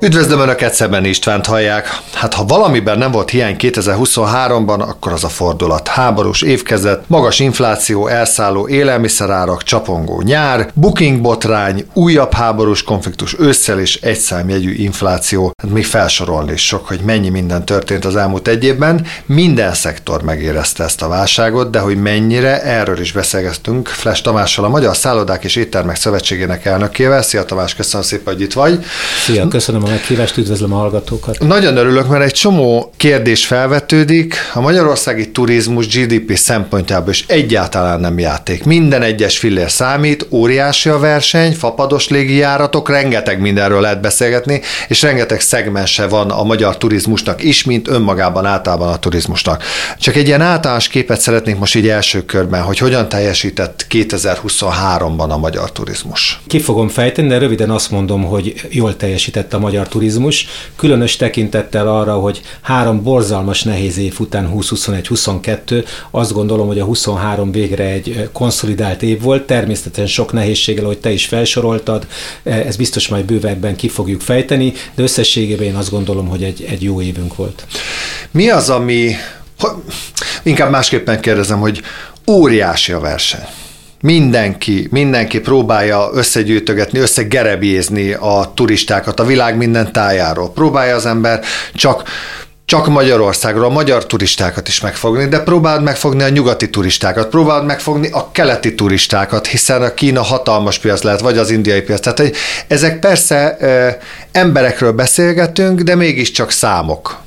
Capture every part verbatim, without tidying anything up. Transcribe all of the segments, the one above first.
Üdvözlöm Önöket, Szebeni Istvánt hallják. Hát ha valamiben nem volt hiány kétezer-huszonháromban, akkor az a fordulat. Háborús évkezet, magas infláció, elszálló élelmiszerárak, csapongó nyár, booking botrány, újabb háborús konfliktus ősszel és egyszámjegyű infláció. Hát még felsorolni is sok, hogy mennyi minden történt az elmúlt egy évben. Minden szektor megérezte ezt a válságot, de hogy mennyire, erről is beszélgettünk Flash Tamással, a Magyar Szállodák és Éttermek Szövetségének elnökével. Szia Tamás, köszönöm szépen, hogy itt vagy. Szia, köszönöm a meghívást, üdvözlöm a hallgatókat. Nagyon örülök, mert egy csomó kérdés felvetődik. A magyarországi turizmus gé dé pé szempontjából is egyáltalán nem játék. Minden egyes fillér számít, óriási a verseny, fapados légijáratok, rengeteg mindenről lehet beszélgetni, és rengeteg szegmense van a magyar turizmusnak is, mint önmagában általában a turizmusnak. Csak egy ilyen általános képet szeretnék most így első körben, hogy hogyan teljesített kétezer-huszonháromban a magyar turizmus. Ki fogom fejteni, de röviden azt mondom, hogy jól teljesített a magyar turizmus, különös tekintettel arra, hogy három borzalmas nehéz év után húsz, huszonegy, huszonkettő, azt gondolom, hogy a huszonhárom végre egy konszolidált év volt, természetesen sok nehézséggel, ahogy te is felsoroltad, ez biztos majd bővebben ki fogjuk fejteni, de összességében én azt gondolom, hogy egy, egy jó évünk volt. Mi az, ami, inkább másképpen kérdezem, hogy óriási a verseny? Mindenki, mindenki próbálja összegyűjtögetni, összegerebjézni a turistákat a világ minden tájáról. Próbálja az ember csak, csak Magyarországról, a magyar turistákat is megfogni, de próbáld megfogni a nyugati turistákat, próbáld megfogni a keleti turistákat, hiszen a Kína hatalmas piac lehet, vagy az indiai piac. Tehát hogy ezek persze ö, emberekről beszélgetünk, de mégiscsak számok.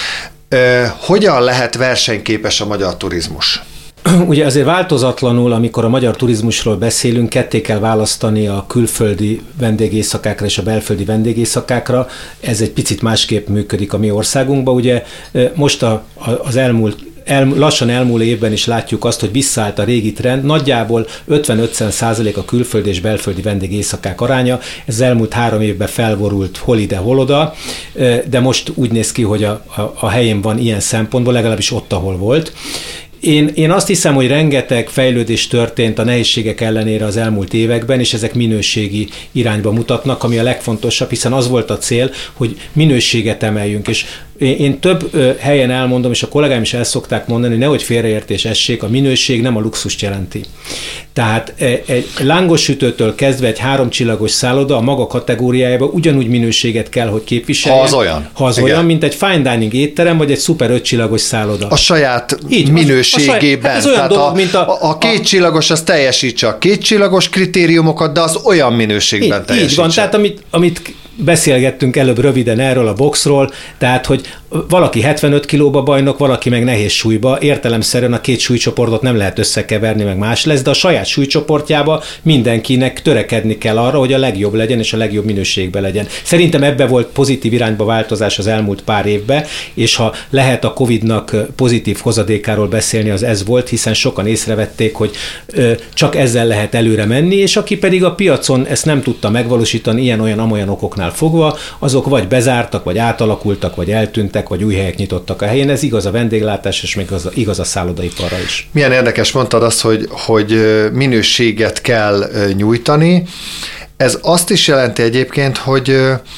Ö, hogyan lehet versenyképes a magyar turizmus? Ugye azért változatlanul, amikor a magyar turizmusról beszélünk, ketté kell választani a külföldi vendégészakákra és a belföldi vendégészakákra. Ez egy picit másképp működik a mi országunkban. Ugye most a, az elmúlt El, lassan elmúló évben is látjuk azt, hogy visszaállt a régi trend, nagyjából ötven-ötven százalék a külföldi és belföldi vendégészakák aránya, ez az elmúlt három évben felborult hol ide, hol oda, de most úgy néz ki, hogy a, a, a helyén van ilyen szempontból, legalábbis ott, ahol volt. Én, én azt hiszem, hogy rengeteg fejlődés történt a nehézségek ellenére az elmúlt években, és ezek minőségi irányba mutatnak, ami a legfontosabb, hiszen az volt a cél, hogy minőséget emeljünk, és én, én több ö, helyen elmondom, és a kollégáim is el szokták mondani, hogy nehogy félreértés essék, a minőség nem a luxust jelenti. Tehát egy lángosütőtől kezdve egy háromcsillagos szálloda a maga kategóriájában ugyanúgy minőséget kell, hogy képviseljen. Ha az olyan. Ha az olyan, mint egy fine dining étterem, vagy egy szuper ötcsillagos szálloda. A saját Így, minőségében. Az, az olyan dolog, mint a, a, a kétcsillagos az teljesítse a kétcsillagos kritériumokat, de az olyan minőségben így, teljesítse. Így van, tehát amit, amit beszélgettünk előbb röviden erről a boxról, tehát, hogy valaki hetvenöt kilóba bajnok, valaki meg nehéz súlyba, értelemszerűen a két súlycsoportot nem lehet összekeverni, meg más lesz, de a saját súlycsoportjába mindenkinek törekedni kell arra, hogy a legjobb legyen, és a legjobb minőségben legyen. Szerintem ebbe volt pozitív irányba változás az elmúlt pár évben, és ha lehet a Covidnak pozitív hozadékáról beszélni, az ez volt, hiszen sokan észrevették, hogy csak ezzel lehet előre menni, és aki pedig a piacon ezt nem tudta megvalósítani, ilyen-olyan-amolyan okoknál fogva, azok vagy bezártak, vagy átalakultak, vagy eltűntek, vagy új helyek nyitottak a helyén. Ez igaz a vendéglátás, és még igaz, igaz a szállodaiparra is. Milyen érdekes, mondtad azt, hogy, hogy minőséget kell nyújtani. Ez azt is jelenti egyébként, hogy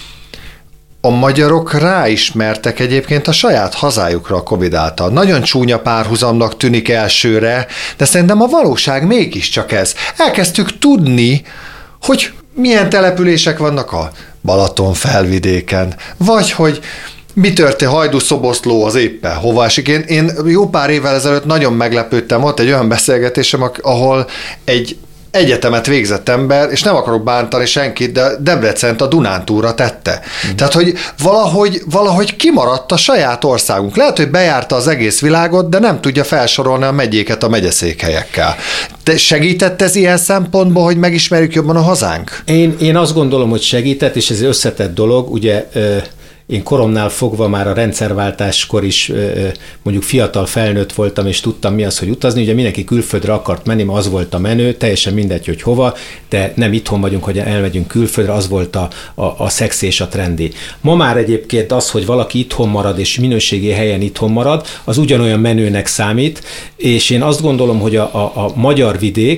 a magyarok ráismertek egyébként a saját hazájukra a Covid által. Nagyon csúnya párhuzamnak tűnik elsőre, de szerintem a valóság mégiscsak ez. Elkezdtük tudni, hogy milyen települések vannak a Balaton felvidéken, vagy hogy mi történt, Hajdú-Szoboszló az éppen hova esik. Én, én jó pár évvel ezelőtt nagyon meglepődtem, volt egy olyan beszélgetésem, ahol egy egyetemet végzett ember, és nem akarok bántani senkit, de Debrecent a Dunántúlra tette. Mm. Tehát, hogy valahogy, valahogy kimaradt a saját országunk. Lehet, hogy bejárta az egész világot, de nem tudja felsorolni a megyéket a megyeszékhelyekkel. De segített ez ilyen szempontból, hogy megismerjük jobban a hazánk? Én, én azt gondolom, hogy segített, és ez összetett dolog, ugye Én koromnál fogva már a rendszerváltáskor is mondjuk fiatal felnőtt voltam, és tudtam mi az, hogy utazni. Ugye mindenki külföldre akart menni, mert az volt a menő, teljesen mindegy, hogy hova, de nem itthon vagyunk, hogy elmegyünk külföldre, az volt a, a, a szexi és a trendi. Ma már egyébként az, hogy valaki itthon marad, és minőségi helyen itthon marad, az ugyanolyan menőnek számít, és én azt gondolom, hogy a, a, a magyar vidék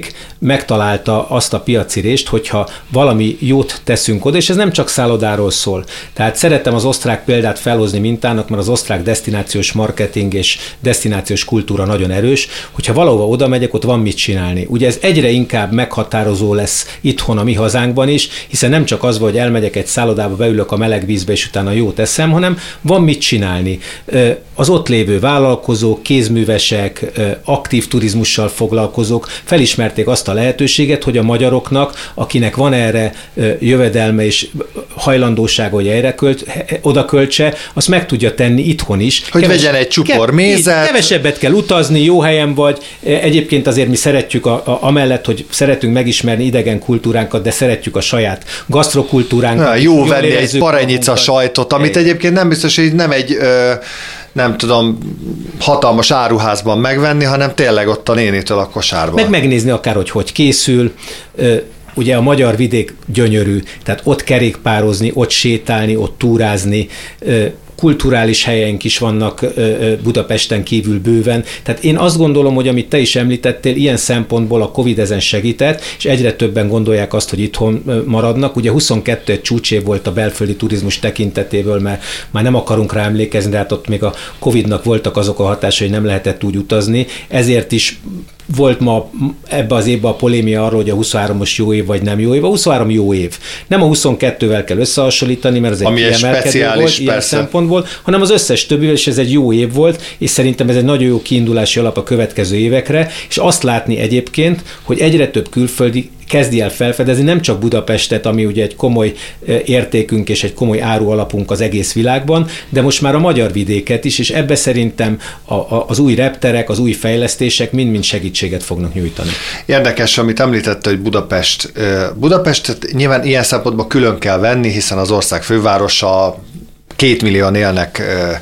megtalálta azt a piaci rést, hogyha valami jót teszünk oda, és ez nem csak szállodáról szól. Tehát szeretem az osztrák példát felhozni mintának, mert az osztrák desztinációs marketing és desztinációs kultúra nagyon erős, hogyha valahova oda megyek, ott van mit csinálni. Ugye ez egyre inkább meghatározó lesz itthon a mi hazánkban is, hiszen nem csak az, hogy elmegyek egy szállodába, beülök a meleg vízbe, és utána jót eszem, hanem van mit csinálni. Az ott lévő vállalkozók, kézművesek, aktív turizmussal foglalkozók felismerték azt a lehetőséget, hogy a magyaroknak, akinek van erre jövedelme és hajlandósága, hogy erre költ, oda költse, azt meg tudja tenni itthon is. Hogy Keves, vegyen egy csupor mézet. Kevesebbet kell utazni, jó helyen vagy. Egyébként azért mi szeretjük, a, a, amellett, hogy szeretünk megismerni idegen kultúránkat, de szeretjük a saját gasztrokultúránkat. Na, jó venni egy parenyica sajtot, amit egyébként nem biztos, hogy nem egy... Ö, nem tudom, hatalmas áruházban megvenni, hanem tényleg ott a nénitől a kosárban. Meg megnézni akár, hogy hogy készül. Ugye a magyar vidék gyönyörű, tehát ott kerékpározni, ott sétálni, ott túrázni, kulturális helyeink is vannak Budapesten kívül bőven. Tehát én azt gondolom, hogy amit te is említettél, ilyen szempontból a Covid ezen segített, és egyre többen gondolják azt, hogy itthon maradnak. Ugye huszonkettő egy csúcsév volt a belföldi turizmus tekintetéből, mert már nem akarunk rá emlékezni, de hát ott még a Covidnak voltak azok a hatásai, hogy nem lehetett úgy utazni. Ezért is volt ma ebbe az évben a polémia arról, hogy a huszonháromos jó év vagy nem jó év. A huszonhárom jó év. Nem a huszonkettővel kell összehasonlítani, mert ez egy kiemelkedő volt ilyen szempontból, hanem az összes többivel, és ez egy jó év volt, és szerintem ez egy nagyon jó kiindulási alap a következő évekre, és azt látni egyébként, hogy egyre több külföldi kezdi el felfedezni nem csak Budapestet, ami ugye egy komoly értékünk és egy komoly árualapunk az egész világban, de most már a magyar vidéket is, és ebbe szerintem a, a, az új repterek, az új fejlesztések mind-mind segítséget fognak nyújtani. Érdekes, amit említette, hogy Budapest. Budapestet nyilván ilyen szempontból külön kell venni, hiszen az ország fővárosa, két millióan élnek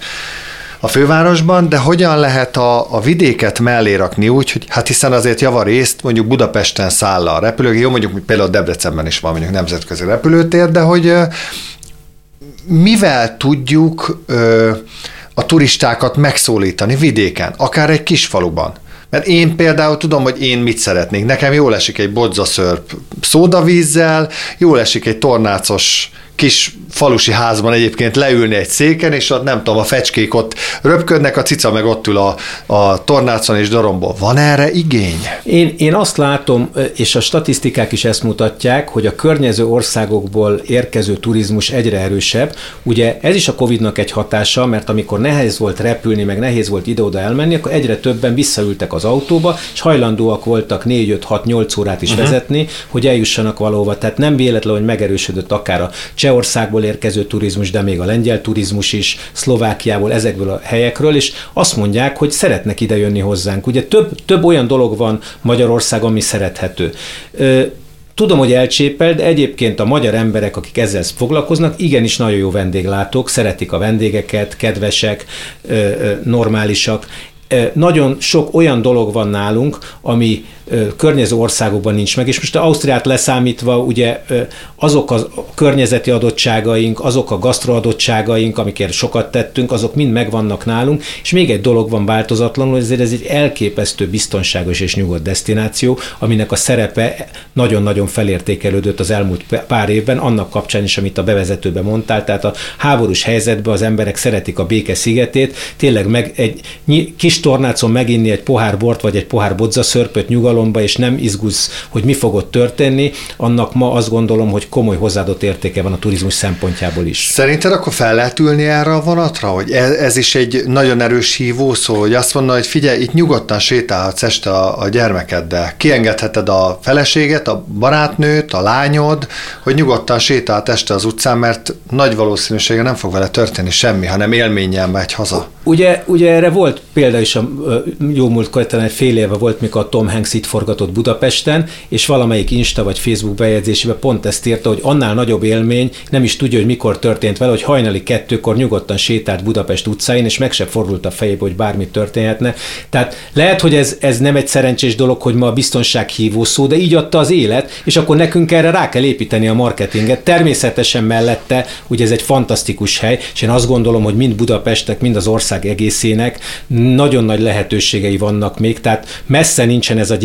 a fővárosban, de hogyan lehet a, a vidéket mellé rakni úgy, hogy hát hiszen azért javarészt mondjuk Budapesten száll a repülőgép, jó, mondjuk például Debrecenben is van mondjuk nemzetközi repülőtér, de hogy mivel tudjuk a turistákat megszólítani vidéken, akár egy kis faluban? Mert én például tudom, hogy én mit szeretnék. Nekem jól esik egy bodzaszörp szódavízzel, jól esik egy tornácos kis falusi házban egyébként leülni egy széken, és ott nem tudom, a fecskék ott röpködnek, a cica meg ott ül a, a tornácon és doromból. Van erre igény? Én, én azt látom, és a statisztikák is ezt mutatják, hogy a környező országokból érkező turizmus egyre erősebb. Ugye ez is a Covidnak egy hatása, mert amikor nehéz volt repülni, meg nehéz volt ide-oda elmenni, akkor egyre többen visszaültek az autóba, és hajlandóak voltak négy, öt, hat, nyolc órát is uh-huh. vezetni, hogy eljussanak valahova. Tehát nem véletlen, hogy megerősödött akár a Csehországból érkező turizmus, de még a lengyel turizmus is, Szlovákiából, ezekből a helyekről, és azt mondják, hogy szeretnek ide jönni hozzánk. Ugye több, több olyan dolog van Magyarországon, ami szerethető. Tudom, hogy elcsépel, de egyébként a magyar emberek, akik ezzel foglalkoznak, igenis nagyon jó vendéglátók, szeretik a vendégeket, kedvesek, normálisak. Nagyon sok olyan dolog van nálunk, ami környező országokban nincs meg, és most Ausztriát leszámítva ugye azok a környezeti adottságaink, azok a gasztroadottságaink, amikért sokat tettünk, azok mind megvannak nálunk, és még egy dolog van változatlanul, ezért ez egy elképesztő biztonságos és nyugodt desztináció, aminek a szerepe nagyon-nagyon felértékelődött az elmúlt pár évben, annak kapcsán is, amit a bevezetőben mondtál, tehát a háborús helyzetben az emberek szeretik a béke szigetét, tényleg meg egy kis tornácon meginni egy pohár bort, vagy egy pohár bodzaszörpöt nyugalomba, és nem izgulsz, hogy mi fog ott történni, annak ma azt gondolom, hogy komoly hozzáadott értéke van a turizmus szempontjából is. Szerinted akkor fel lehet ülni erre a vonatra, hogy ez, ez is egy nagyon erős hívó szó, hogy azt mondja, hogy figyelj, itt nyugodtan sétálhatsz este a, a gyermekeddel, kiengedheted a feleséget, a barátnőt, a lányod, hogy nyugodtan sétálhat este az utcán, mert nagy valószínűsége nem fog vele történni semmi, hanem élménnyel megy haza. Ugye, ugye erre volt példa is a jó múltkor, talán egy fél éve volt, mikor a Tom Hanks itt forgatott Budapesten, és valamelyik Insta vagy Facebook bejegyzésében pont ezt írta, hogy annál nagyobb élmény, nem is tudja, hogy mikor történt vele, hogy hajnali kettőkor nyugodtan sétált Budapest utcáin, és meg se fordult a fejébe, hogy bármi történhetne. Tehát lehet, hogy ez, ez nem egy szerencsés dolog, hogy ma a biztonság hívó szó, de így adta az élet, és akkor nekünk erre rá kell építeni a marketinget. Természetesen mellette, ugye ez egy fantasztikus hely, és én azt gondolom, hogy mind Budapestek, mind az ország egészének nagyon nagy lehetőségei vannak még, tehát messze nincsen ez a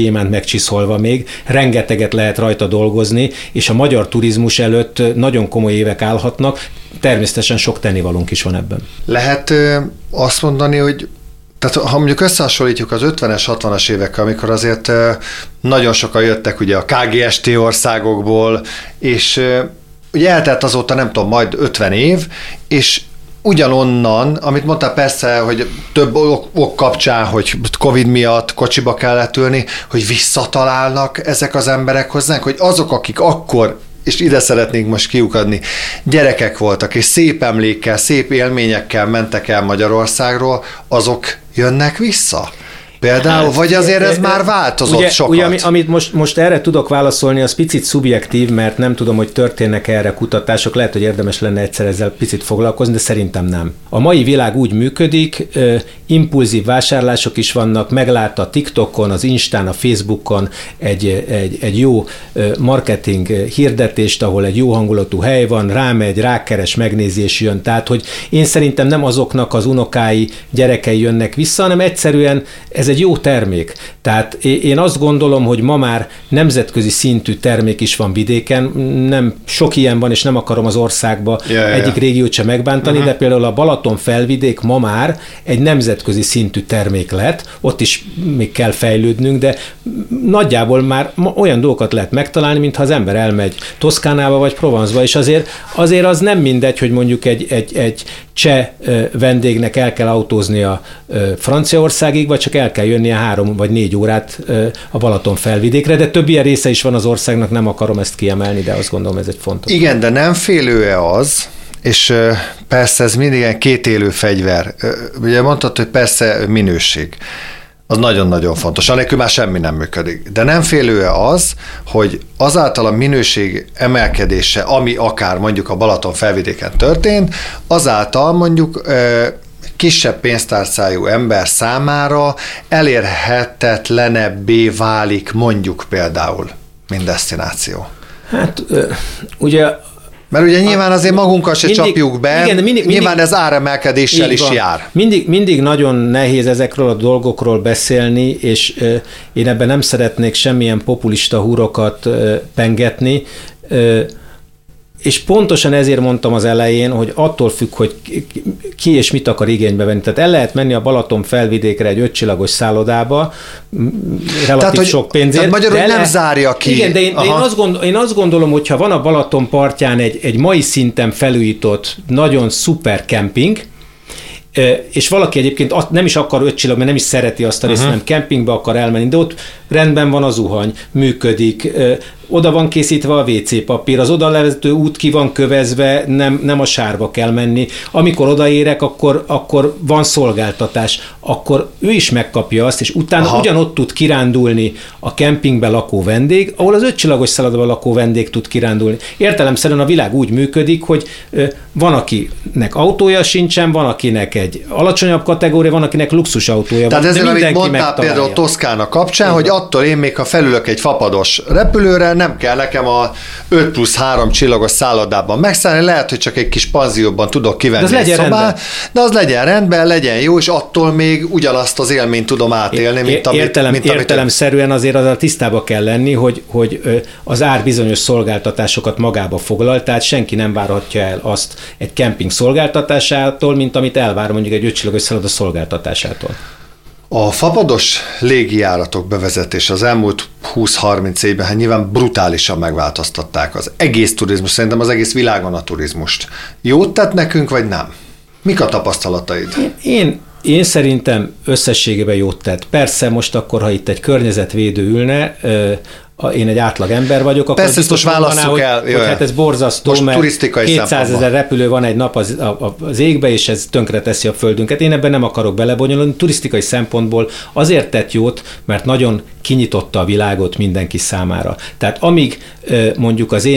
gyémánt megcsiszolva még, rengeteget lehet rajta dolgozni, és a magyar turizmus előtt nagyon komoly évek állhatnak, természetesen sok tennivalónk is van ebben. Lehet ö, azt mondani, hogy tehát ha mondjuk összehasonlítjuk az ötvenes, hatvanas évekkel, amikor azért ö, nagyon sokan jöttek ugye a ká gé es té országokból, és ö, ugye eltelt azóta nem tudom, majd ötven év, és ugyanonnan, amit mondtál persze, hogy több ok, ok kapcsán, hogy Covid miatt kocsiba kellett ülni, hogy visszatalálnak ezek az emberek hozzánk, hogy azok, akik akkor, és ide szeretnénk most kiukadni, gyerekek voltak, és szép emlékkel, szép élményekkel mentek el Magyarországról, azok jönnek vissza? Például, hát, vagy azért ez már változott ugye, sokat? Ugye, amit most, most erre tudok válaszolni, az picit szubjektív, mert nem tudom, hogy történnek erre kutatások, lehet, hogy érdemes lenne egyszer ezzel picit foglalkozni, de szerintem nem. A mai világ úgy működik, impulzív vásárlások is vannak, meglát a TikTokon, az Instán, a Facebookon egy, egy, egy jó marketing hirdetést, ahol egy jó hangulatú hely van, rámegy, rákeres, megnézi és jön. Tehát, hogy én szerintem nem azoknak az unokái, gyerekei jönnek vissza, hanem egyszerűen ez egy jó termék. Tehát én azt gondolom, hogy ma már nemzetközi szintű termék is van vidéken, nem sok ilyen van, és nem akarom az országba ja, ja, egyik ja. régiót sem megbántani, uh-huh. de például a Balaton felvidék ma már egy nemzetközi szintű termék lett, ott is még kell fejlődnünk, de nagyjából már olyan dolgokat lehet megtalálni, mintha az ember elmegy Toszkánába vagy Provence-ba, és azért, azért az nem mindegy, hogy mondjuk egy, egy, egy cseh vendégnek el kell autóznia Franciaországig, vagy csak el kell jönnie három vagy négy órát a Balaton felvidékre, de több ilyen része is van az országnak, nem akarom ezt kiemelni, de azt gondolom, ez egy fontos. Igen, de nem félő-e az, és persze ez mindig ilyen kétélő fegyver. Ugye mondtad, hogy persze minőség. Az nagyon-nagyon fontos. Anélkül már semmi nem működik. De nem félő-e az, hogy azáltal a minőség emelkedése, ami akár mondjuk a Balaton felvidéken történt, azáltal mondjuk kisebb pénztárcájú ember számára elérhetetlenebbé válik mondjuk például, mint desztináció. Hát ugye... Mert ugye nyilván azért magunkkal se mindig, csapjuk be, igen, mindig, nyilván mindig, ez áremelkedéssel is jár. Mindig, mindig nagyon nehéz ezekről a dolgokról beszélni, és uh, én ebben nem szeretnék semmilyen populista húrokat uh, pengetni, uh, és pontosan ezért mondtam az elején, hogy attól függ, hogy ki és mit akar igénybe venni. Tehát el lehet menni a Balaton felvidékre egy ötcsillagos szállodába, relatív tehát, sok pénzért. Tehát magyarul nem le... zárja ki. Igen, de én, de én, azt gondol, én azt gondolom, hogyha van a Balaton partján egy, egy mai szinten felújított, nagyon szuper kemping, és valaki egyébként nem is akar öt csillag, mert nem is szereti azt a részt, uh-huh. nem kempingbe akar elmenni, de ott rendben van a zuhany, működik, oda van készítve a vé cé papír, az oda levezető út ki van kövezve, nem, nem a sárba kell menni. Amikor odaérek, akkor, akkor van szolgáltatás, akkor ő is megkapja azt, és utána Aha. ugyanott tud kirándulni a kempingbe lakó vendég, ahol az ötcsillagos szállodában lakó vendég tud kirándulni. Értelemszerűen a világ úgy működik, hogy van, akinek autója sincsen, van, akinek egy alacsonyabb kategória, van, akinek luxusautója Tehát van. Tehát ezért, amit mondtál megtalálja. Például Toszkána kapcsán, igen. hogy attól én még, ha felülök egy fapados repülőre, nem kell nekem a öt plusz három csillagos szállodában megszállni, lehet, hogy csak egy kis panzióban tudok kivenni egy szobát, de az legyen rendben, legyen jó, és attól még ugyanazt az élményt tudom átélni, mint amit... Értelem, mint értelemszerűen azért az a tisztába kell lenni, hogy, hogy az ár bizonyos szolgáltatásokat magába foglal, tehát senki nem várhatja el azt egy kemping szolgáltatásától, mint amit elvár mondjuk egy ötcsillagos szálloda szolgáltatásától. A fapados légijáratok bevezetése az elmúlt húsz-harminc évben hát nyilván brutálisan megváltoztatták az egész turizmus, szerintem az egész világon a turizmust. Jót tett nekünk, vagy nem? Mik a tapasztalataid? Én, én szerintem összességében jót tett. Persze most akkor, ha itt egy környezetvédő ülne, én egy átlag ember vagyok, akkor persze, most válasszuk hogy, el. Hogy, hogy hát ez borzasztó, most mert kétszázezer repülő van egy nap az, az égbe, és ez tönkre teszi a földünket. Én ebben nem akarok belebonyolni. Turisztikai szempontból azért tett jót, mert nagyon kinyitotta a világot mindenki számára. Tehát amíg mondjuk az én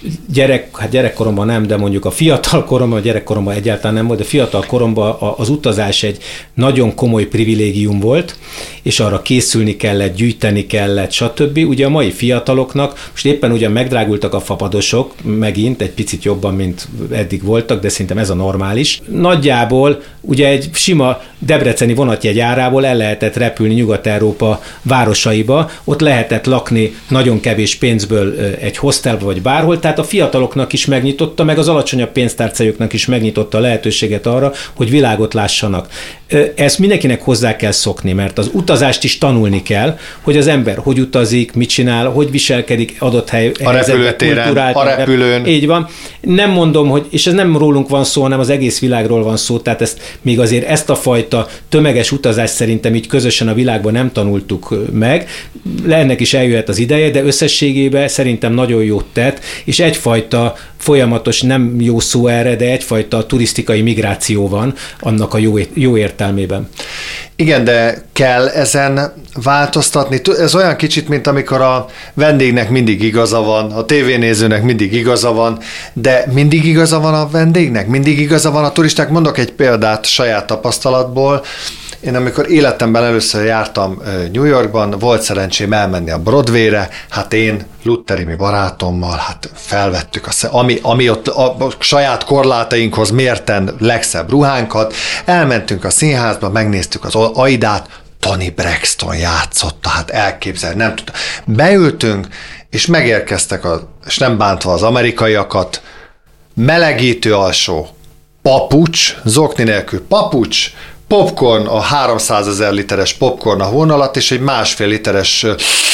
gyerek, hát gyerekkoromban nem, de mondjuk a fiatal koromban, a gyerekkoromban egyáltalán nem volt, de fiatal koromban az utazás egy nagyon komoly privilégium volt, és arra készülni kellett, gyűjteni kellett, stb. Ugye a mai fiataloknak, most éppen ugyan megdrágultak a fapadosok, megint egy picit jobban, mint eddig voltak, de szerintem ez a normális. Nagyjából ugye egy sima debreceni vonatjegy árából el lehetett repülni Nyugat-Európa városaiba, ott lehetett lakni nagyon kevés pénzből egy hostelba vagy bárhol, tehát a fiataloknak is megnyitotta, meg az alacsonyabb pénztárcájuknak is megnyitotta a lehetőséget arra, hogy világot lássanak. Ezt mindenkinek hozzá kell szokni, mert az utazást is tanulni kell, hogy az ember hogy utazik, mit csinál, hogy viselkedik adott hely, a repülőtéren, a repülőn. Így van. Nem mondom, hogy, és ez nem rólunk van szó, hanem az egész világról van szó, tehát ezt, még azért ezt a fajta tömeges utazást szerintem így közösen a világban nem tanultuk meg. Ennek is eljöhet az ideje, de összességében szerintem nagyon jót tett, és egyfajta folyamatos, nem jó szó erre, de egyfajta turisztikai migráció van annak a jó, jó értelmében. Igen, de kell ezen változtatni. Ez olyan kicsit, mint amikor a vendégnek mindig igaza van, a tévénézőnek mindig igaza van, de mindig igaza van a vendégnek, mindig igaza van a turisták. Mondok egy példát saját tapasztalatból. Én amikor életemben először jártam New Yorkban, volt szerencsém elmenni a Broadwayre, hát én Lutteri mi barátommal, hát felvettük, a, ami, ami ott a, a saját korlátainkhoz mérten legszebb ruhánkat, elmentünk a színházba, megnéztük az Aidát, Toni Braxton játszotta, hát elképzelni, nem tudta. Beültünk, és megérkeztek, a, és nem bántva az amerikaiakat, melegítő alsó, papucs, zokni nélkül papucs, popcorn, a háromszázezer literes popcorn a hón alatt, és egy másfél literes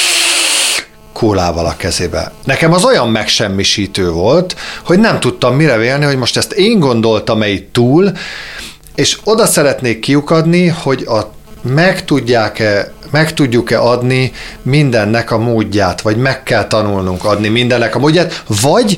kólával a kezébe. Nekem az olyan megsemmisítő volt, hogy nem tudtam mire vélni, hogy most ezt én gondoltam-e itt túl, és oda szeretnék kiukadni, hogy a, meg tudják-e, meg tudjuk-e adni mindennek a módját, vagy meg kell tanulnunk adni mindennek a módját, vagy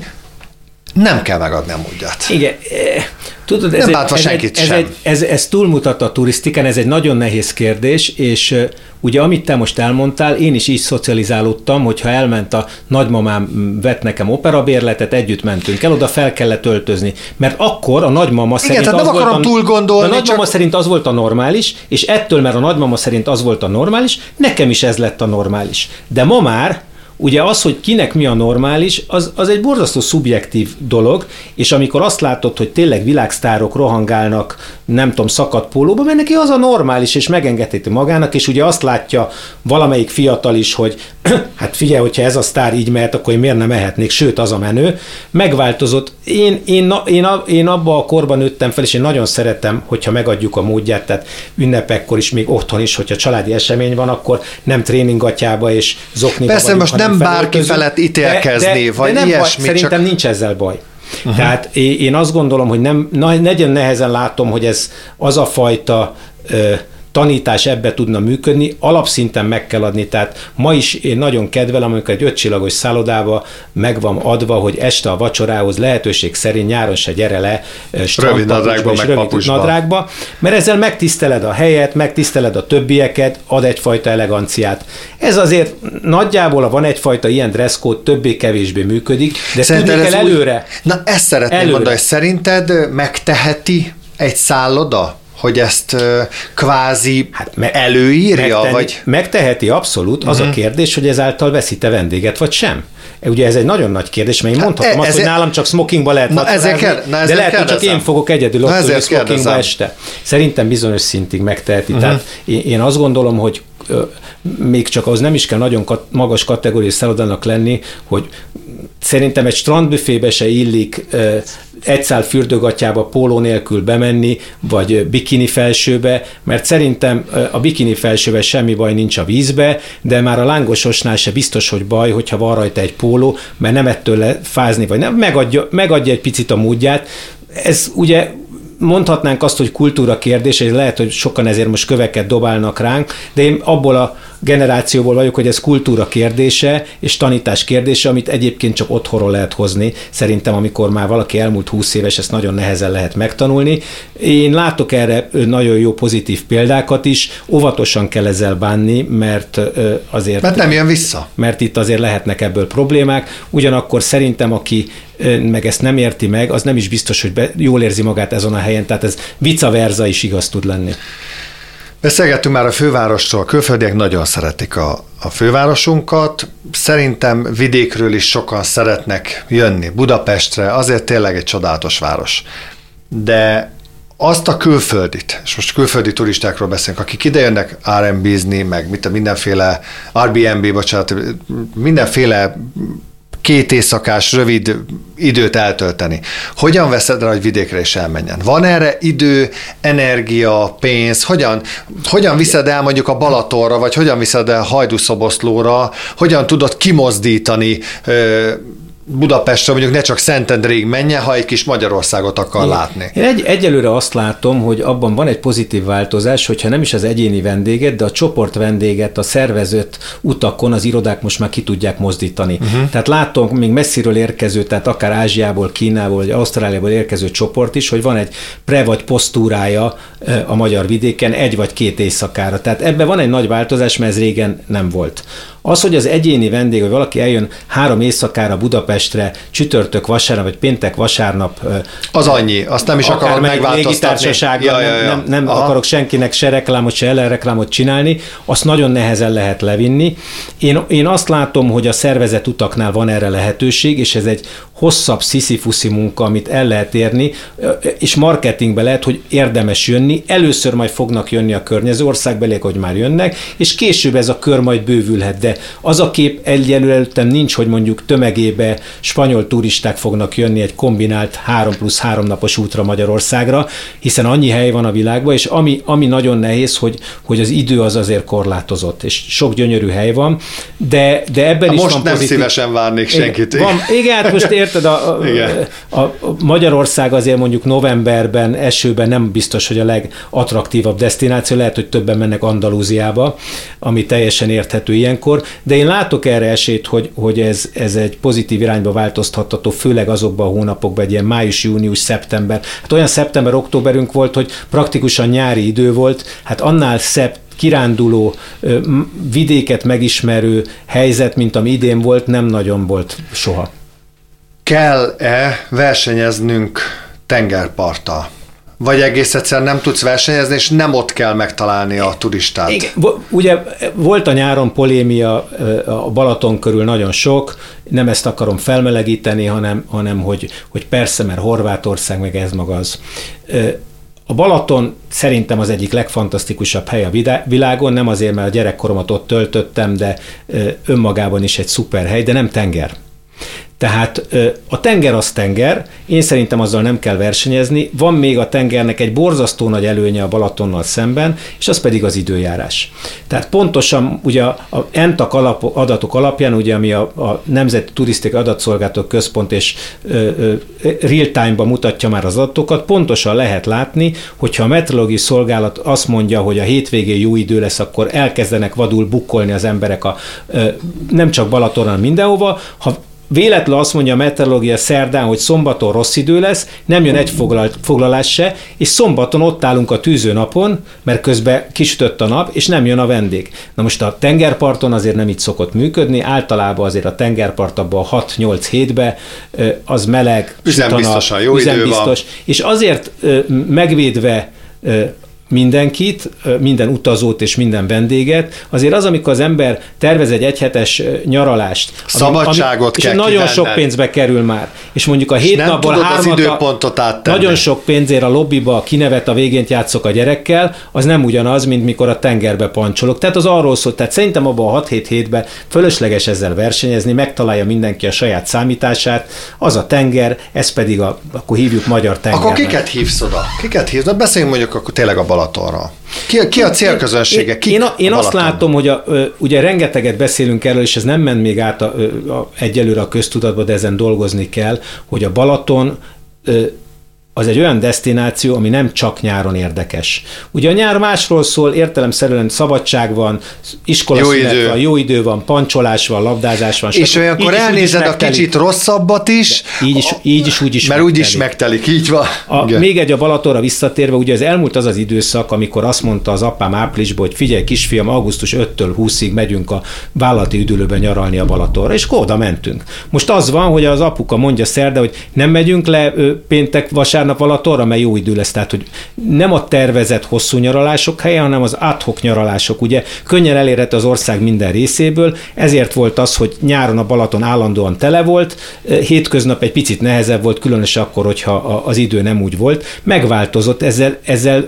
nem kell megadni a módját. Igen. Tudod, ez nem egy, bántva ez senkit egy, sem. Ez, egy, ez, ez túlmutat a turisztikán, ez egy nagyon nehéz kérdés, és uh, ugye amit te most elmondtál, én is így szocializálódtam, hogyha elment a nagymamám, vett nekem operabérletet, együtt mentünk el, oda fel kellett öltözni. Mert akkor a nagymama Igen, szerint tehát nem az akarom volt a, túl gondolni, a nagymama csak... szerint az volt a normális, és ettől, mert a nagymama szerint az volt a normális, nekem is ez lett a normális. De ma már ugye az, hogy kinek mi a normális, az, az egy borzasztó szubjektív dolog, és amikor azt látod, hogy tényleg világsztárok rohangálnak, nem tudom, szakadt pólóba, mert neki az a normális, és megengedheti magának, és ugye azt látja valamelyik fiatal is, hogy hát figyelj, hogyha ez a sztár így mehet, akkor én miért nem mehetnék, sőt, az a menő. Megváltozott. Én, én, én, én abban a korban nőttem fel, és én nagyon szeretem, hogyha megadjuk a módját, tehát ünnepekkor is, még otthon is, hogyha családi esemény van, akkor nem tréningatjába és zokniba Persze, vagyunk, most nem bárki felett ítélkezni, de, de, vagy de nem ilyesmi. Baj, szerintem csak... nincs ezzel baj. Uh-huh. Tehát én azt gondolom, hogy nem, nagyon nehezen látom, hogy ez az a fajta ö, tanítás ebbe tudna működni, alapszinten meg kell adni, tehát ma is én nagyon kedvelem, amikor egy ötcsillagos szállodába meg van adva, hogy este a vacsorához lehetőség szerint nyáron se gyere le rövid nadrágba, meg papucsba. nadrágba, mert ezzel megtiszteled a helyet, megtiszteled a többieket, ad egyfajta eleganciát. Ez azért nagyjából, van egyfajta ilyen dresscode, többé-kevésbé működik, de szerinted tudni kell előre. Úgy... Na ezt szeretném előre. mondani, hogy szerinted megteheti egy szálloda, hogy ezt uh, kvázi hát me- előírja? Megtenni, vagy? Megteheti abszolút. Az uh-huh. a kérdés, hogy ezáltal veszít-e vendéget, vagy sem. Ugye ez egy nagyon nagy kérdés, mert én mondhatom hát, azt, hogy nálam csak smokingba lehet vacsorázni, de lehet, hogy csak én fogok egyedül ott ülni smokingba este. Szerintem bizonyos szintig megteheti. Uh-huh. Tehát én azt gondolom, hogy még csak az nem is kell nagyon kat- magas kategóriai szállodának lenni, hogy szerintem egy strandbüfébe se illik uh, egy szál fürdőgatjába póló nélkül bemenni, vagy bikini felsőbe, mert szerintem uh, a bikini felsőbe semmi baj nincs a vízbe, de már a lángososnál se biztos, hogy baj, hogyha van rajta egy póló, mert nem ettől le fázni, vagy nem, megadja, megadja egy picit a módját. Ez ugye mondhatnánk azt, hogy kultúra kérdés, és lehet, hogy sokan ezért most köveket dobálnak ránk, de én abból a generációból vagyok, hogy ez kultúra kérdése és tanítás kérdése, amit egyébként csak otthonról lehet hozni. Szerintem, amikor már valaki elmúlt húsz éves, ezt nagyon nehezen lehet megtanulni. Én látok erre nagyon jó pozitív példákat is. Óvatosan kell ezzel bánni, mert azért... Mert nem jön vissza. Mert itt azért lehetnek ebből problémák. Ugyanakkor szerintem, aki meg ezt nem érti meg, az nem is biztos, hogy be, jól érzi magát ezen a helyen, tehát ez vice versa is igaz tud lenni. Beszélgettünk már a fővárosról, a külföldiek nagyon szeretik a, a fővárosunkat, szerintem vidékről is sokan szeretnek jönni Budapestre, azért tényleg egy csodálatos város. De azt a külföldit, és most külföldi turistákról beszélünk, akik idejönnek er en bé-zni, meg mit a mindenféle er bé en bé, bocsánat, mindenféle két éjszakás, rövid időt eltölteni. Hogyan veszed rá, hogy vidékre is elmenjen? Van erre idő, energia, pénz? Hogyan, hogyan viszed el mondjuk a Balatonra, vagy hogyan viszed el Hajdúszoboszlóra? Hogyan tudod kimozdítani ö, Budapestre, mondjuk ne csak Szentendréig menjen, ha egy kis Magyarországot akar Igen. látni. Én egy, egyelőre azt látom, hogy abban van egy pozitív változás, hogyha nem is az egyéni vendéget, de a csoport vendéget a szervezett utakon az irodák most már ki tudják mozdítani. Uh-huh. Tehát látom még messziről érkező, tehát akár Ázsiából, Kínából, vagy Ausztráliából érkező csoport is, hogy van egy pre- vagy posztúrája a magyar vidéken egy vagy két éjszakára. Tehát ebben van egy nagy változás, mert ez régen nem volt. Az, hogy az egyéni vendég, vagy valaki eljön három éjszakára Budapestre, csütörtök, vasárnap, vagy péntek, vasárnap. Az annyi, azt nem is akarod megváltoztatni. Ja, ja, ja. Nem, nem akarok senkinek se reklámot, se ellenreklámot csinálni, azt nagyon nehezen lehet levinni. Én, én azt látom, hogy a szervezett utaknál van erre lehetőség, és ez egy hosszabb sziszifuszi munka, amit el lehet érni, és marketingbe lehet, hogy érdemes jönni. Először majd fognak jönni a környező országbeliek, hogy már jönnek, és később ez a kör majd bővülhet. De az a kép egyelőre előttem nincs, hogy mondjuk tömegébe spanyol turisták fognak jönni egy kombinált három plusz három napos útra Magyarországra, hiszen annyi hely van a világban, és ami, ami nagyon nehéz, hogy, hogy az idő az azért korlátozott, és sok gyönyörű hely van, de, de ebben Há, is most van nem pozitív... szívesen várnék senkit. Van, igen, hát most érted, a, a, a, a Magyarország azért mondjuk novemberben, esőben nem biztos, hogy a legattraktívabb desztináció, lehet, hogy többen mennek Andalúziába, ami teljesen érthető ilyenkor, de én látok erre esélyt, hogy, hogy ez, ez egy pozitív irányba változtatható, főleg azokban a hónapokban, egy ilyen május, június, szeptember. Hát olyan szeptember-októberünk volt, hogy praktikusan nyári idő volt, hát annál szebb kiránduló, vidéket megismerő helyzet, mint ami idén volt, nem nagyon volt soha. Kell-e versenyeznünk tengerparttal? Vagy egész egyszerűen nem tudsz versenyezni, és nem ott kell megtalálni a turistát? Igen. Ugye volt a nyáron polémia a Balaton körül nagyon sok, nem ezt akarom felmelegíteni, hanem, hanem hogy, hogy persze, mert Horvátország, meg ez maga az. A Balaton szerintem az egyik legfantasztikusabb hely a világon, nem azért, mert a gyerekkoromat ott töltöttem, de önmagában is egy szuper hely, de nem tenger. Tehát a tenger az tenger, én szerintem azzal nem kell versenyezni, van még a tengernek egy borzasztó nagy előnye a Balatonnal szemben, és az pedig az időjárás. Tehát pontosan ugye a e en té á alap, adatok alapján, ugye, ami a, a Nemzeti Turisztikai Adatszolgáltató Központ és real-time-ban mutatja már az adatokat, pontosan lehet látni, hogyha a meteorológiai szolgálat azt mondja, hogy a hétvégén jó idő lesz, akkor elkezdenek vadul bukkolni az emberek a, nem csak Balatonon, mindenhova. Ha véletlen azt mondja a meteorológia szerdán, hogy szombaton rossz idő lesz, nem jön egy foglalás se, és szombaton ott állunk a tűzőnapon, mert közben kisütött a nap, és nem jön a vendég. Na most a tengerparton azért nem így szokott működni, általában azért a tengerpart abban a hat-nyolc-hétben az meleg, üzembiztosan jó idő van. És azért megvédve mindenkit, minden utazót és minden vendéget. Azért az, amikor az ember tervez egy egyhetes nyaralást, szabadságot ami, kell és nagyon kivenned. sok pénzbe kerül már. És mondjuk a hét napból hármat nagyon sok pénzért a lobbiba kinevet, a végént játszok a gyerekkel, az nem ugyanaz, mint mikor a tengerbe pancsolok. Tehát az arról szól, tehát szerintem abban a hat-hét hétben fölösleges ezzel versenyezni, megtalálja mindenki a saját számítását, az a tenger, ez pedig a, akkor hívjuk magyar tengernek. Akkor kiket hívsz oda? Kiket hívsz? Na, beszéljünk mondjuk akkor tényleg a Balatonra. Ki, ki a célközönsége? Ki én, a, én azt látom, hogy a, ugye rengeteget beszélünk erről, és ez nem ment még át a, a, egyelőre a köztudatba, de ezen dolgozni kell, hogy a Balaton az egy olyan desztináció, ami nem csak nyáron érdekes. Ugye a nyár másról szól, értelemszerűen szabadság van, iskolaszünet van, jó idő van, pancsolás van, labdázás van. És olyankor elnézed a kicsit rosszabbat is, így is, így is, úgy is mert úgy is megtelik, így van. A, még egy a Balatonra visszatérve, ugye az elmúlt az az időszak, amikor azt mondta az apám áprilisban, hogy figyelj kisfiam, augusztus ötödikétől huszadikáig megyünk a vállalati üdülőben nyaralni a Balatonra, és oda mentünk. Most az van, hogy az apuka mondja szerde, hogy nem megyünk le péntek, vasárnap Balatonra, mert jó idő lesz. Tehát, hogy nem a tervezett hosszú nyaralások helye, hanem az ad hoc nyaralások. Ugye könnyen elérhető az ország minden részéből, ezért volt az, hogy nyáron a Balaton állandóan tele volt, hétköznap egy picit nehezebb volt, különösen akkor, hogyha az idő nem úgy volt. Megváltozott, ezzel, ezzel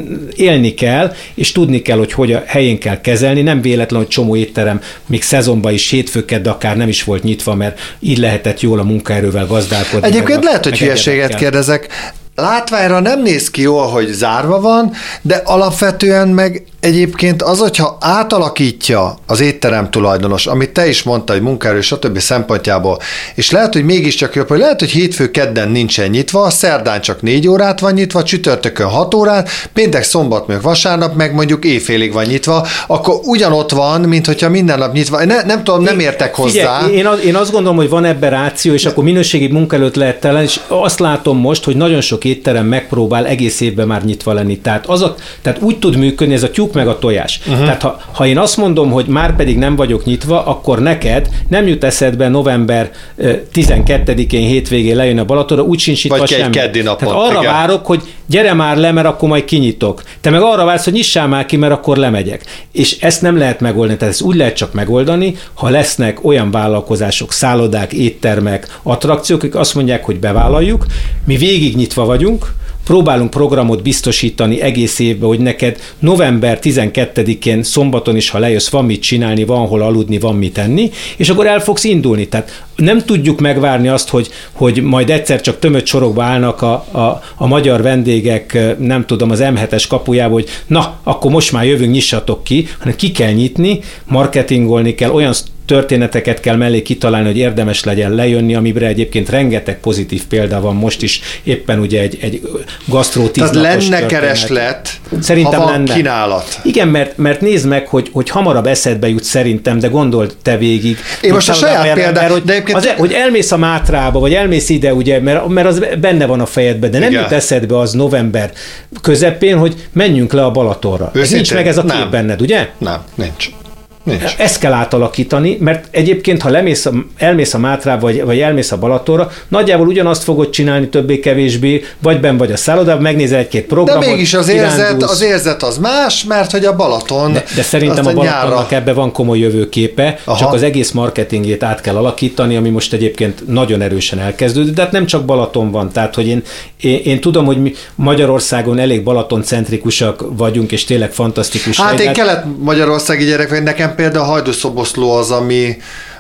élni kell, és tudni kell, hogy hogy a helyén kell kezelni. Nem véletlen, hogy csomó étterem még szezonban is hétfőked, de akár nem is volt nyitva, mert így lehetett jól a munkaerővel gazdálkodni. Egyébként lehet, hogy hülyeséget kérdezek. Látványra nem néz ki jól, hogy zárva van, de alapvetően meg egyébként az, hogyha átalakítja az étterem tulajdonos, amit te is mondtad, hogy munkaerő, stb. Szempontjából, és lehet, hogy mégiscsak jobb, hogy lehet, hogy hétfő kedden nincsen nyitva, szerdán csak négy órát van nyitva, csütörtökön hat órát, péntek, szombat, meg vasárnap, meg mondjuk éjfélig van nyitva, akkor ugyanott van, mint hogyha minden nap nyitva. Ne, nem tudom, nem értek hozzá. Figyelj, én, az, én azt gondolom, hogy van ebben ráció, és de... akkor minőségi munkaerőt lehet telen, és azt látom most, hogy nagyon sok étterem megpróbál egész évben már nyitva lenni. Tehát, az a, tehát úgy tud működni ez a tyúk meg a tojás. Uh-huh. Tehát ha, ha én azt mondom, hogy már pedig nem vagyok nyitva, akkor neked nem jut eszedbe november tizenkettedikén hétvégén lejön a Balatonra, úgy sincs nyitva semmi. Vagy egy keddi napon. Tehát arra igen. várok, hogy gyere már le, mert akkor majd kinyitok. Te meg arra vársz, hogy nyissál már ki, mert akkor lemegyek. És ezt nem lehet megoldani. Tehát ezt úgy lehet csak megoldani, ha lesznek olyan vállalkozások, szállodák, éttermek, attrakciók, akik azt mondják, hogy bevállaljuk, mi végig nyitva vagyunk, próbálunk programot biztosítani egész évben, hogy neked november tizenkettedikén szombaton is, ha lejössz, van mit csinálni, van hol aludni, van mit enni, és akkor el fogsz indulni. Tehát nem tudjuk megvárni azt, hogy, hogy majd egyszer csak tömött sorokba állnak a, a, a magyar vendégek, nem tudom, az em hetes kapujába, hogy na, akkor most már jövünk, nyissatok ki, hanem ki kell nyitni, marketingolni kell, olyan történeteket kell mellé kitalálni, hogy érdemes legyen lejönni, amire egyébként rengeteg pozitív példa van most is, éppen ugye egy, egy gasztró tíznapos Tehát lenne történet. kereslet, szerintem ha van lenne. kínálat. Igen, mert, mert nézd meg, hogy, hogy hamarabb eszedbe jut szerintem, de gondold te végig. Én most a saját példát, hogy, de egyébként... az, hogy elmész a Mátrába, vagy elmész ide, ugye, mert, mert az benne van a fejedben, de nem igen. jut eszedbe az november közepén, hogy menjünk le a Balatonra. Ez nincs meg ez a kép nem. benned, ugye? Nem, nincs. Nincs. Ezt kell átalakítani, mert egyébként, ha lemész a, elmész a Mátrába, vagy, vagy elmész a Balatonra, nagyjából ugyanazt fogod csinálni többé-kevésbé, vagy benn vagy a szállodában, megnézel egy-két programot. De mégis az érzet, az érzet az más, mert hogy a Balaton... De, de szerintem a Balatonnak nyárra... ebben van komoly jövőképe, aha. csak az egész marketingét át kell alakítani, ami most egyébként nagyon erősen elkezdődött, de hát nem csak Balaton van, tehát hogy én, én, én tudom, hogy mi Magyarországon elég Balaton-centrikusak vagyunk, és tényleg fantasztikus. Hát én kelet-magyarországi gyerek vagy, nekem például a Hajdúszoboszló az, ami,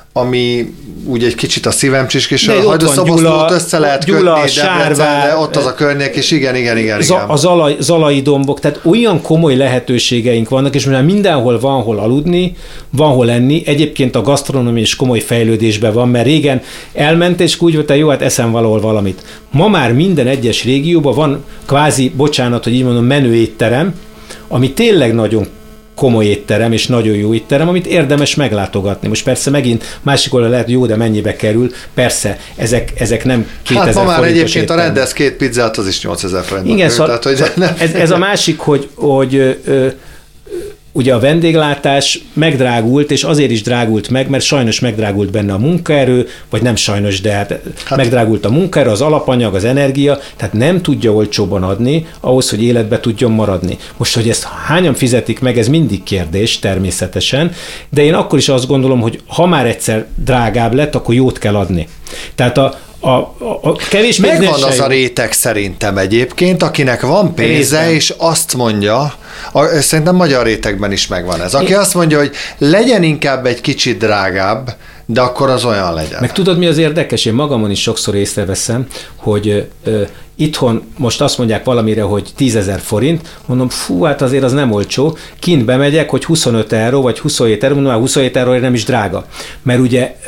ami úgy egy kicsit a szívem csisk, és a Hajdúszoboszlót össze lehet Gyula, kötni, Sárvár, de ott az a környék, és igen, igen, igen. igen. A zalai, zalai dombok, tehát olyan komoly lehetőségeink vannak, és mivel mindenhol van hol aludni, van hol enni, egyébként a gasztronómia is komoly fejlődésben van, mert régen elment, és úgy volt, hogy jó, hát eszem valahol valamit. Ma már minden egyes régióban van kvázi, bocsánat, hogy így mondom, menő étterem, ami tényleg nagyon komoly étterem, és nagyon jó étterem, amit érdemes meglátogatni. Most persze megint másik oldalon lehet, jó, de mennyibe kerül. Persze, ezek, ezek nem kétezer hát ma már egyébként étterem. A rendez két pizzát, az is nyolcezer forintba igen, kerül. Szóval, Tehát, hogy szóval ez, ez a másik, hogy, hogy ö, ö, ugye a vendéglátás megdrágult, és azért is drágult meg, mert sajnos megdrágult benne a munkaerő, vagy nem sajnos, de hát, hát megdrágult a munkaerő, az alapanyag, az energia, tehát nem tudja olcsóban adni ahhoz, hogy életbe tudjon maradni. Most, hogy ezt hányan fizetik meg, ez mindig kérdés, természetesen, de én akkor is azt gondolom, hogy ha már egyszer drágább lett, akkor jót kell adni. Tehát a A, a, a kevés megvan az a réteg szerintem egyébként, akinek van pénze, részben. És azt mondja, a, szerintem magyar rétegben is megvan ez, aki Én... azt mondja, hogy legyen inkább egy kicsit drágább, de akkor az olyan legyen. Meg tudod, mi az érdekes? Én magamon is sokszor észreveszem, hogy ö, itthon most azt mondják valamire, hogy tízezer forint, mondom, fú, hát azért az nem olcsó, kint bemegyek, hogy huszonöt euró, vagy huszonhét euró, mondom, huszonhét euró nem is drága. Mert ugye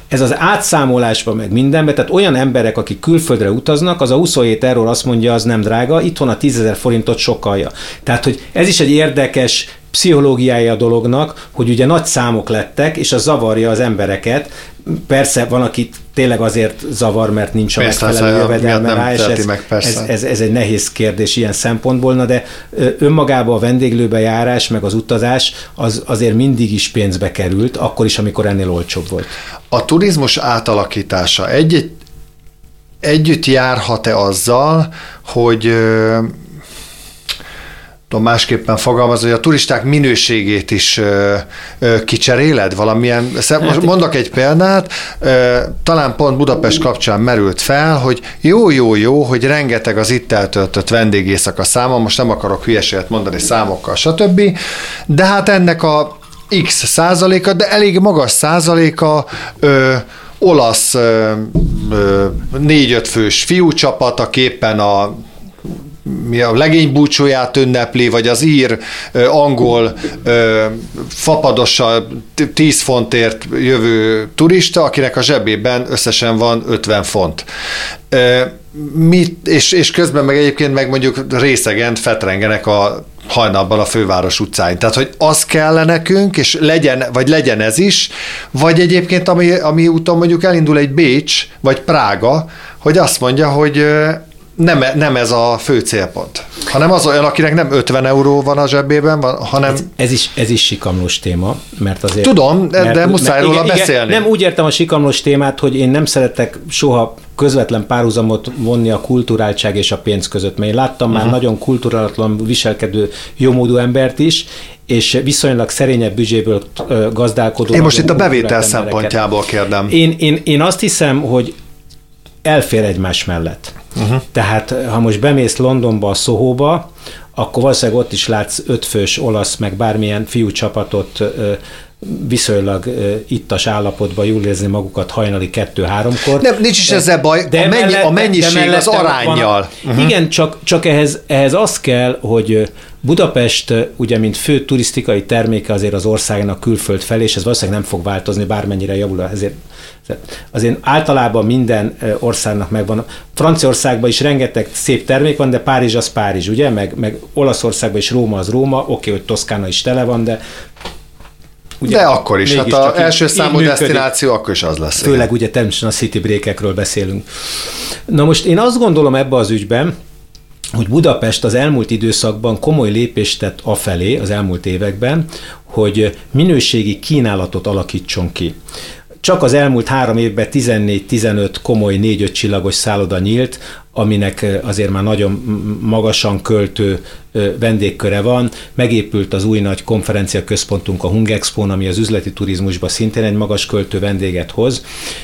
ez az átszámolásban meg mindenben, tehát olyan emberek, akik külföldre utaznak, az a huszonhét euró azt mondja, az nem drága, itthon a tízezer forintot sokalja. Tehát, hogy ez is egy érdekes pszichológiája a dolognak, hogy ugye nagy számok lettek, és az zavarja az embereket. Persze van, akit tényleg azért zavar, mert nincs a persze, megfelelő jövedelme rá, és ez, meg, ez, ez, ez egy nehéz kérdés ilyen szempontból, na de önmagában a vendéglőbe járás, meg az utazás az azért mindig is pénzbe került, akkor is, amikor ennél olcsóbb volt. A turizmus átalakítása egy, együtt járhat-e azzal, hogy másképpen fogalmaz, hogy a turisták minőségét is ö, ö, kicseréled valamilyen, most mondok egy példát, ö, talán pont Budapest kapcsán merült fel, hogy jó, jó, jó, hogy rengeteg az itt eltöltött vendégészaka száma, most nem akarok hülyeséget mondani számokkal, stb., de hát ennek a X százaléka, de elég magas százaléka ö, olasz ö, ö, négy-öt fős fiúcsapat, aki éppen a mi a legény búcsóját ünnepli, vagy az ír, angol fapadossal tíz fontért jövő turista, akinek a zsebében összesen van ötven font. Mit, és, és közben meg egyébként meg mondjuk részegen fetrengenek a hajnalban a főváros utcáin. Tehát, hogy az kell nekünk, és legyen, vagy legyen ez is, vagy egyébként, ami, ami úton mondjuk elindul egy Bécs, vagy Prága, hogy azt mondja, hogy Nem, nem ez a fő célpont, hanem az olyan, akinek nem ötven euró van a zsebében, van, hanem... Ez, ez, is, ez is sikamlós téma, mert azért... Tudom, de, mert, de muszáj róla igen, beszélni. Igen, nem úgy értem a sikamlós témát, hogy én nem szeretek soha közvetlen párhuzamot vonni a kulturáltság és a pénz között, mert én láttam uh-huh. már nagyon kulturálatlan viselkedő, jómódú embert is, és viszonylag szerényebb büdzséből gazdálkodó... Én most itt a bevétel szempontjából kérdem. Én, én, én azt hiszem, hogy elfér egymás mellett. Uh-huh. Tehát, ha most bemész Londonba, a Sohóba, akkor valószínűleg ott is látsz ötfős olasz, meg bármilyen fiú csapatot viszonylag ittas állapotban jól érzni magukat hajnali kettő-háromkor. Nem, nincs is ezzel baj, de a, mennyi, mellette, a mennyiség az aránnyal. Uh-huh. Igen, csak, csak ehhez, ehhez az kell, hogy Budapest ugye, mint fő turisztikai terméke azért az országnak külföld felé, és ez valószínűleg nem fog változni, bármennyire javul. Ezért, azért általában minden országnak megvan. Franciaországban is rengeteg szép termék van, de Párizs az Párizs, ugye? Meg, meg Olaszországban is Róma az Róma, oké, okay, hogy Toszkána is tele van, de ugye, de akkor is, hát az első számú desztináció akkor is az lesz. Főleg ugye természetesen a city break-ekről beszélünk. Na most én azt gondolom ebbe az ügyben, hogy Budapest az elmúlt időszakban komoly lépést tett afelé, az elmúlt években, hogy minőségi kínálatot alakítson ki. Csak az elmúlt három évben tizennégy-tizenöt komoly négy-öt csillagos szálloda nyílt, aminek azért már nagyon magasan költő vendégköre van. Megépült az új nagy konferenciaközpontunk, a Hungexpón, ami az üzleti turizmusban szintén egy magas költő vendéget hoz.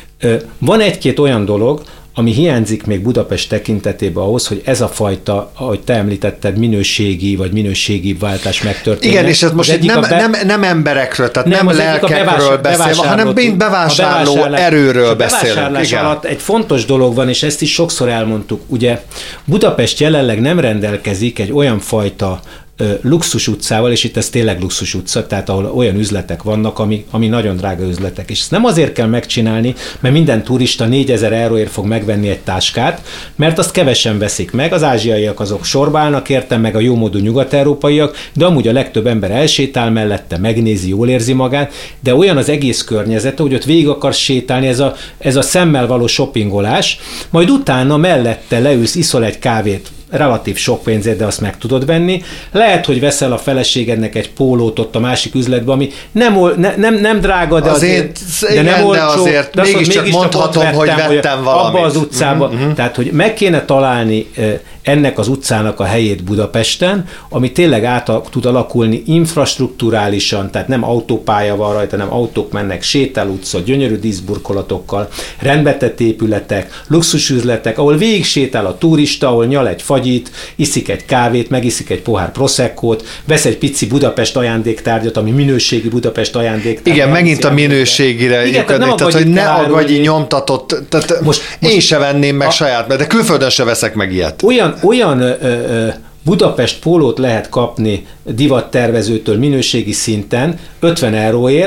Van egy-két olyan dolog, ami hiányzik még Budapest tekintetében ahhoz, hogy ez a fajta, ahogy te említetted, minőségi vagy minőségi váltás megtörténjen. Igen, és ez most itt nem, be... nem, nem emberekről, tehát nem, nem lelkekről beszélünk, hanem mind bevásárló bevásárlás, erőről beszélünk. A bevásárlás igen. alatt egy fontos dolog van, és ezt is sokszor elmondtuk. Ugye Budapest jelenleg nem rendelkezik egy olyan fajta luxus utcával, és itt ez tényleg luxus utca, tehát ahol olyan üzletek vannak, ami, ami nagyon drága üzletek. És ezt nem azért kell megcsinálni, mert minden turista négyezer euróért fog megvenni egy táskát, mert azt kevesen veszik meg, az ázsiaiak azok sorba állnak, értem meg a jómódú nyugat-európaiak, de amúgy a legtöbb ember elsétál mellette, megnézi, jól érzi magát, de olyan az egész környezete, hogy ott végig akarsz sétálni, ez a, ez a szemmel való shoppingolás, majd utána mellette leülsz, iszol egy kávét, relatív sok pénzért, de azt meg tudod venni. Lehet, hogy veszel a feleségednek egy pólót ott a másik üzletben, ami nem, ne, nem, nem drága, de azért, azért, de nem olcsó, de azért de mégiscsak mégis mondhatom, vettem, hogy vettem valamit. Abba az utcában. Mm-hmm. Tehát, hogy meg kéne találni ennek az utcának a helyét Budapesten, ami tényleg át tud alakulni infrastrukturálisan, tehát nem autópálya van rajta, nem autók mennek, sétálutca, gyönyörű díszburkolatokkal, rendbetett épületek, luxusüzletek, ahol végig sétál a turista, ahol nyal egy fagyit, iszik egy kávét, megiszik egy pohár proszekkót, vesz egy pici Budapest ajándéktárgyat, ami minőségi Budapest ajándéktárgyat. Igen, megint a minőségire. Igen, tehát, nem tehát hogy ne a gagyi nyomtatott, tehát most, én most se venném meg a, saját, de külföldön se veszek meg ilyet. Olyan Olyan ö, ö, Budapest pólót lehet kapni divattervezőtől minőségi szinten ötven euróért,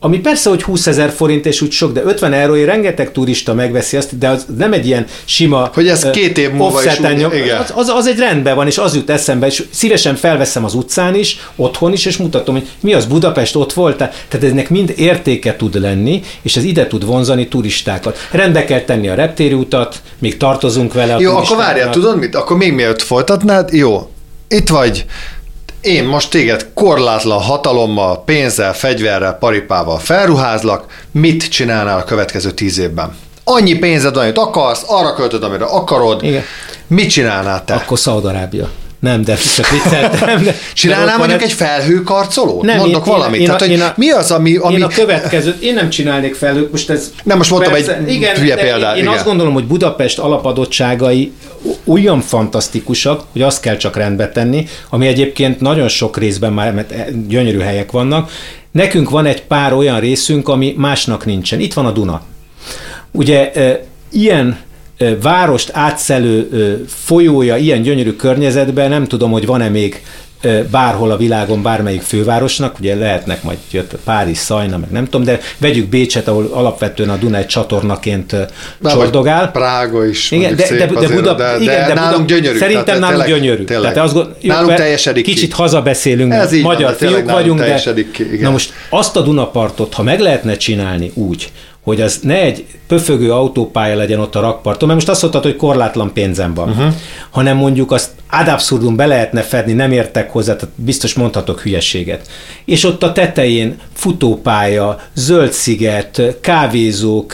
ami persze, hogy húszezer forint és úgy sok, de ötven euróért rengeteg turista megveszi azt, de az nem egy ilyen sima... Hogy ez két év múlva is úgy, nyom, az, az, az egy rendben van, és az jut eszembe, és szívesen felveszem az utcán is, otthon is, és mutatom, hogy mi az, Budapest ott volt, tehát ennek mind értéke tud lenni, és ez ide tud vonzani turistákat. Rendbe kell tenni a reptéri utat, még tartozunk vele. Jó, akkor várjál, tudod mit? Akkor még mielőtt folytatnád, jó, itt vagy, én most téged korlátlan hatalommal, pénzzel, fegyverrel, paripával felruházlak, mit csinálnál a következő tíz évben? Annyi pénzed van, amit akarsz, arra költöd, amire akarod. Igen. Mit csinálnál te? Akkor Szaúd-Arábia. Nem, de csak vicceltem. De, csinálnál mondjuk egy felhőkarcolót? Nem, Mondok én, valamit. Én, Tehát, én, hogy a, mi az, ami... ami... Én a következőt, én nem csinálnék felhők, most ez... Nem, most mondtam persze, egy igen, hülye példát. Én igen. azt gondolom, hogy Budapest alapadottságai olyan fantasztikusak, hogy azt kell csak rendbe tenni, ami egyébként nagyon sok részben már, mert gyönyörű helyek vannak. Nekünk van egy pár olyan részünk, ami másnak nincsen. Itt van a Duna. Ugye e, ilyen várost átszelő folyója ilyen gyönyörű környezetben, nem tudom, hogy van-e még bárhol a világon bármelyik fővárosnak, ugye lehetnek majd jött Párizs, Szajna, meg nem tudom, de vegyük Bécset, ahol alapvetően a Duna egy csatornaként csordogál. Prága is. Igen, de, de, de, Buda, de, igen, de, de nálunk Buda, gyönyörű. Szerintem tehát, nálunk tényleg, gyönyörű. Tényleg. Tehát azt, nálunk teljesedik kicsit ki. Hazabeszélünk, magyar van, fiúk vagyunk, de ki, na most azt a Dunapartot, ha meg lehetne csinálni úgy, hogy az ne egy pöfögő autópálya legyen ott a rakparton, mert most azt mondtad, hogy korlátlan pénzem van, uh-huh. hanem mondjuk azt ad abszurdum be lehetne fedni, nem értek hozzá, tehát biztos mondhatok hülyeséget. És ott a tetején futópálya, zöld sziget, kávézók,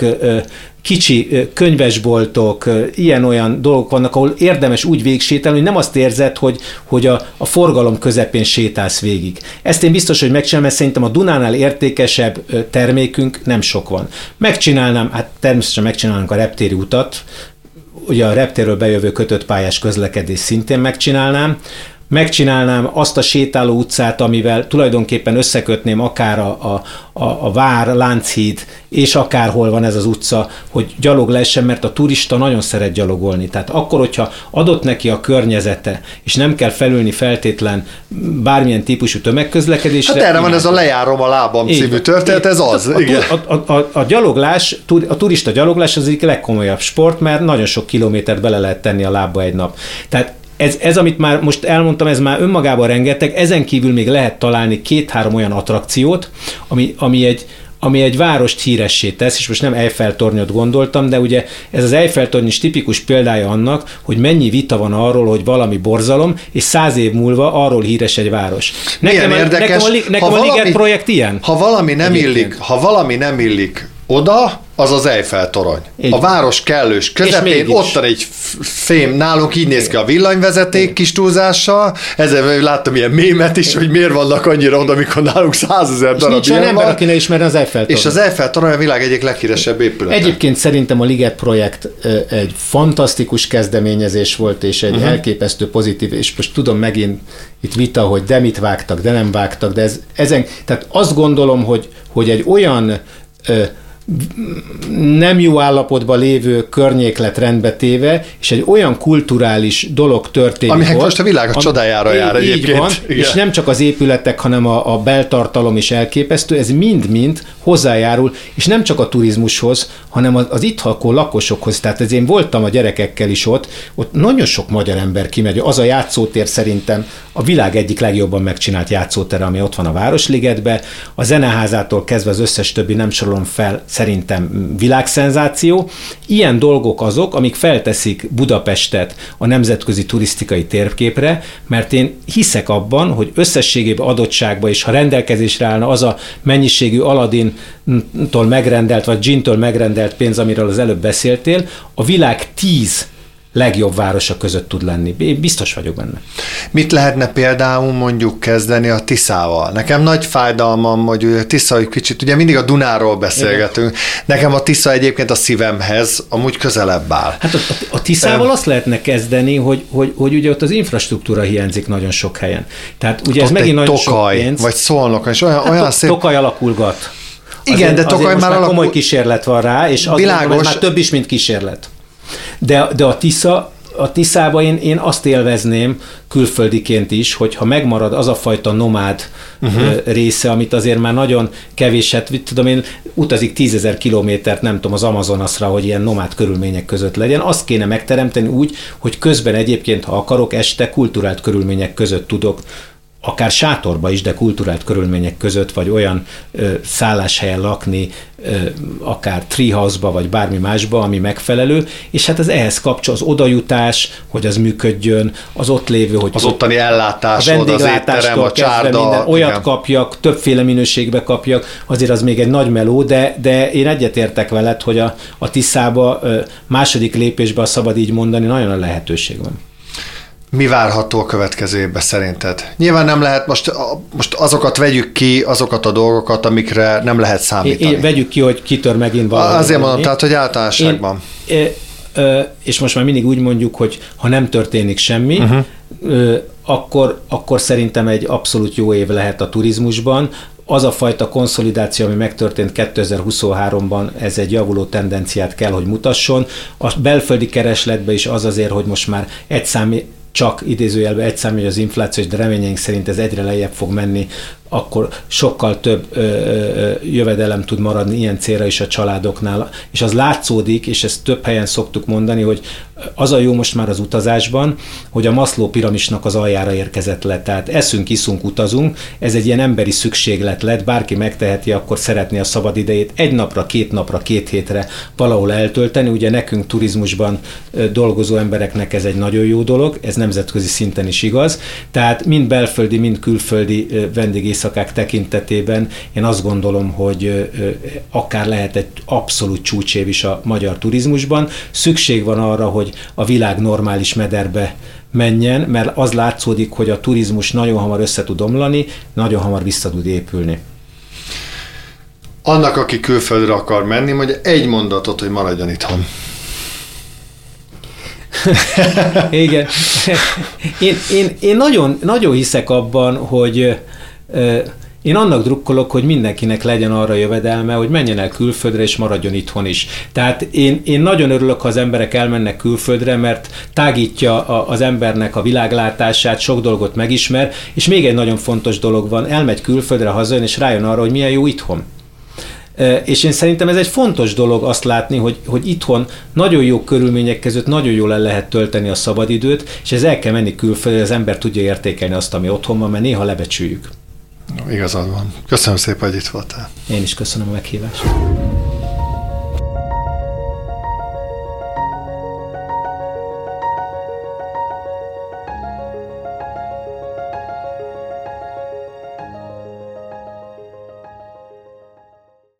kicsi könyvesboltok, ilyen-olyan dolgok vannak, ahol érdemes úgy végsétálni, hogy nem azt érzed, hogy, hogy a, a forgalom közepén sétálsz végig. Ezt én biztos, hogy megcsinálom, mert szerintem a Dunánál értékesebb termékünk nem sok van. Megcsinálnám, hát természetesen megcsinálnánk a reptéri utat, ugye a reptérről bejövő kötött pályás közlekedés szintén megcsinálnám, megcsinálnám azt a sétáló utcát, amivel tulajdonképpen összekötném akár a, a, a, a Vár, Lánchíd, és akárhol van ez az utca, hogy gyalog lehessen, mert a turista nagyon szeret gyalogolni. Tehát akkor, hogyha adott neki a környezete, és nem kell felülni feltétlen bármilyen típusú tömegközlekedésre. Hát erre van ez a lejárom a lábam című történet, ez az. A, igen. A, a, a, a gyaloglás, a turista gyaloglás az egyik legkomolyabb sport, mert nagyon sok kilométert bele lehet tenni a lábba egy nap. Tehát Ez, ez, amit már most elmondtam, ez már önmagában rengeteg, ezen kívül még lehet találni két-három olyan attrakciót, ami, ami, egy, ami egy várost híressé tesz, és most nem Eiffel-tornyot gondoltam, de ugye ez az Eiffel-torny is tipikus példája annak, hogy mennyi vita van arról, hogy valami borzalom, és száz év múlva arról híres egy város. Nekem, Milyen érdekes, nekem a, nekem a valami, Liget projekt ilyen. Ha valami nem illik, ha valami nem illik oda, az az Eiffel-torony. A város kellős közepén, ott van egy fém, nálunk így néz ki a villanyvezeték kis túlzással, ezzel láttam ilyen mémet is, hogy miért vannak annyira oda, amikor nálunk százezer darab ilyen van. Ember, aki ne ismerne az Eiffel-torony. És az Eiffel-torony a világ egyik leghíresebb épülete. Egyébként szerintem a Liget projekt egy fantasztikus kezdeményezés volt, és egy uh-huh. elképesztő pozitív, és most tudom megint itt vita, hogy de mit vágtak, de nem vágtak, de ez, ezen, tehát azt gondolom, hogy, hogy egy olyan nem jó állapotban lévő környék lett rendbe téve, és egy olyan kulturális dolog történik Aminek most a világ a csodájára jár egyébként. Így van, és nem csak az épületek, hanem a, a beltartalom is elképesztő, ez mind-mind hozzájárul, és nem csak a turizmushoz, hanem az, az itt lakó lakosokhoz. Tehát ez én voltam a gyerekekkel is ott, ott nagyon sok magyar ember kimegy. Az a játszótér szerintem a világ egyik legjobban megcsinált játszótere, ami ott van a Városligetben. A Zeneházától kezdve az összes többi nem sorolom fel, szerintem világszenzáció. Ilyen dolgok azok, amik felteszik Budapestet a nemzetközi turisztikai térképre, mert én hiszek abban, hogy összességében adottságban is, ha rendelkezésre állna az a mennyiségű Aladdin-tól megrendelt, vagy Gin-től megrendelt pénz, amiről az előbb beszéltél, a világ tíz legjobb városa között tud lenni. Én biztos vagyok benne. Mit lehetne például mondjuk kezdeni a Tiszával? Nekem nagy fájdalmam, hogy a Tisza egy kicsit, ugye mindig a Dunáról beszélgetünk. Igen. Nekem a Tisza egyébként a szívemhez amúgy közelebb áll. Hát a, a, a Tiszával um, azt lehetne kezdeni, hogy, hogy, hogy ugye ott az infrastruktúra hiányzik nagyon sok helyen. Tehát ugye ott ez megint nagyon Tokaj, sok pénz. Vagy Szolnok, és olyan, hát olyan to, szép... Tokaj alakulgat. Igen, azért, de Tokaj azért már alakul... alakul... komoly kísérlet van rá, és az mondom, ez már több is, mint kísérlet. De, de a Tisza a Tiszába én, én azt élvezném külföldiként is, hogyha megmarad az a fajta nomád uh-huh. része, amit azért már nagyon kevéset, tudom én, utazik tízezer kilométert, nem tudom, az Amazonasra, hogy ilyen nomád körülmények között legyen. Azt kéne megteremteni úgy, hogy közben egyébként, ha akarok, este kulturált körülmények között tudok akár sátorba is, de kulturált körülmények között, vagy olyan ö, szálláshelyen lakni, ö, akár treehouse-ba, vagy bármi másba, ami megfelelő, és hát az ehhez kapcsol az odajutás, hogy az működjön, az ott lévő, hogy az ottani ellátás, a az étterem, a csárda, minden, olyat igen. kapjak, többféle minőségbe kapjak, azért az még egy nagy meló, de, de én egyetértek veled, hogy a, a Tiszába ö, második lépésben, szabad így mondani, nagyon nagy lehetőség van. Mi várható a következő évben szerinted? Nyilván nem lehet, most, most azokat vegyük ki, azokat a dolgokat, amikre nem lehet számítani. É, vegyük ki, hogy kitör megint valami. Azért mondom, tehát, hogy általánosságban. Én, és most már mindig úgy mondjuk, hogy ha nem történik semmi, uh-huh. akkor, akkor szerintem egy abszolút jó év lehet a turizmusban. Az a fajta konszolidáció, ami megtörtént kétezer-huszonháromban, ez egy javuló tendenciát kell, hogy mutasson. A belföldi keresletben is az azért, hogy most már egy számí csak idézőjelben egy számú az infláció, de reményeink szerint ez egyre lejjebb fog menni, akkor sokkal több ö, ö, jövedelem tud maradni ilyen célra is a családoknál. És az látszódik, és ezt több helyen szoktuk mondani, hogy az a jó most már az utazásban, hogy a Maslow piramisnak az aljára érkezett le. Tehát eszünk, iszunk, utazunk, ez egy ilyen emberi szükséglet lett, bárki megteheti, akkor szeretné a szabad idejét egy napra, két napra, két hétre valahol eltölteni. Ugye nekünk turizmusban dolgozó embereknek ez egy nagyon jó dolog, ez nemzetközi szinten is igaz. Tehát mind belföldi, mind külföldi vendégészakák tekintetében én azt gondolom, hogy akár lehet egy abszolút csúcsév is a magyar turizmusban. Szükség van arra, hogy a világ normális mederbe menjen, mert az látszódik, hogy a turizmus nagyon hamar össze tud omlani, nagyon hamar vissza tud épülni. Annak, aki külföldre akar menni, mondja egy mondatot, hogy maradjon itthon. Igen. Én, én, én nagyon, nagyon hiszek abban, hogy én annak drukkolok, hogy mindenkinek legyen arra jövedelme, hogy menjen el külföldre, és maradjon itthon is. Tehát én, én nagyon örülök, ha az emberek elmennek külföldre, mert tágítja a, az embernek a világlátását, sok dolgot megismer, és még egy nagyon fontos dolog van, elmegy külföldre, hazajön, és rájön arra, hogy milyen jó itthon. És én szerintem ez egy fontos dolog azt látni, hogy, hogy itthon nagyon jó körülmények között nagyon jól el lehet tölteni a szabadidőt, és ez el kell menni külföldre, hogy az ember tudja értékelni azt, ami otthon van, mert néha lebecsüljük. Igazad van. Köszönöm szépen, hogy itt voltál. Én is köszönöm a meghívást.